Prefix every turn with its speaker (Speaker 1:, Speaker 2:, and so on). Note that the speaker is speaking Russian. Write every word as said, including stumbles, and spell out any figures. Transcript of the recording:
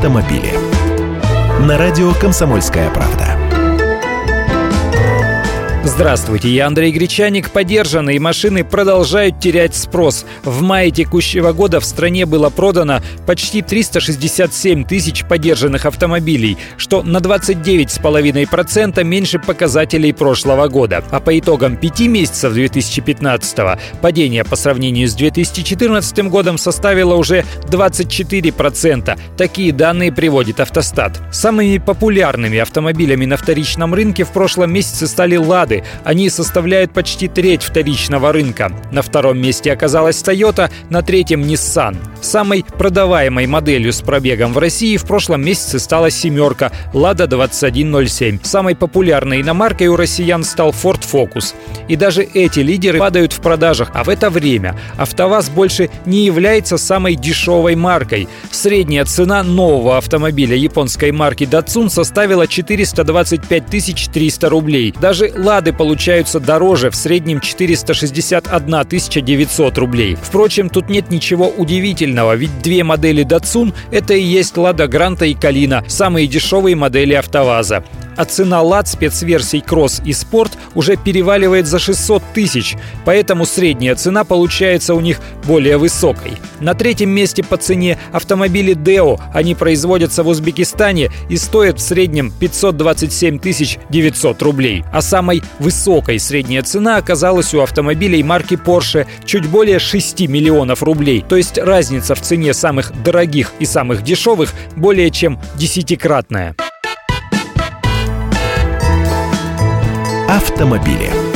Speaker 1: автомобили. На радио «Комсомольская правда».
Speaker 2: Здравствуйте, я Андрей Гречаник. Подержанные машины продолжают терять спрос. В мае текущего года в стране было продано почти триста шестьдесят семь тысяч подержанных автомобилей, что на двадцать девять целых пять десятых процента меньше показателей прошлого года. А по итогам пяти месяцев две тысячи пятнадцатого падение по сравнению с две тысячи четырнадцатым годом составило уже двадцать четыре процента. Такие данные приводит Автостат. Самыми популярными автомобилями на вторичном рынке в прошлом месяце стали «Лады». Они составляют почти треть вторичного рынка. На втором месте оказалась Toyota, на третьем Nissan. Самой продаваемой моделью с пробегом в России в прошлом месяце стала «семерка» Lada двадцать один ноль семь. Самой популярной иномаркой у россиян стал Ford Focus. И даже эти лидеры падают в продажах. А в это время АвтоВАЗ больше не является самой дешевой маркой. Средняя цена нового автомобиля японской марки Datsun составила четыреста двадцать пять тысяч триста рублей. Даже «Лады» получаются дороже, в среднем четыреста шестьдесят одна тысяча девятьсот рублей. Впрочем, тут нет ничего удивительного, ведь две модели Datsun – это и есть Lada Granta и Калина, самые дешевые модели АвтоВАЗа. А цена «Лад» спецверсий Кросс и Спорт уже переваливает за шестьсот тысяч, поэтому средняя цена получается у них более высокой. На третьем месте по цене автомобили Део. Они производятся в Узбекистане и стоят в среднем пятьсот двадцать семь тысяч девятьсот рублей. А самой высокой средняя цена оказалась у автомобилей марки Porsche чуть более шести миллионов рублей. То есть разница в цене самых дорогих и самых дешевых более чем десятикратная.
Speaker 1: Автомобили.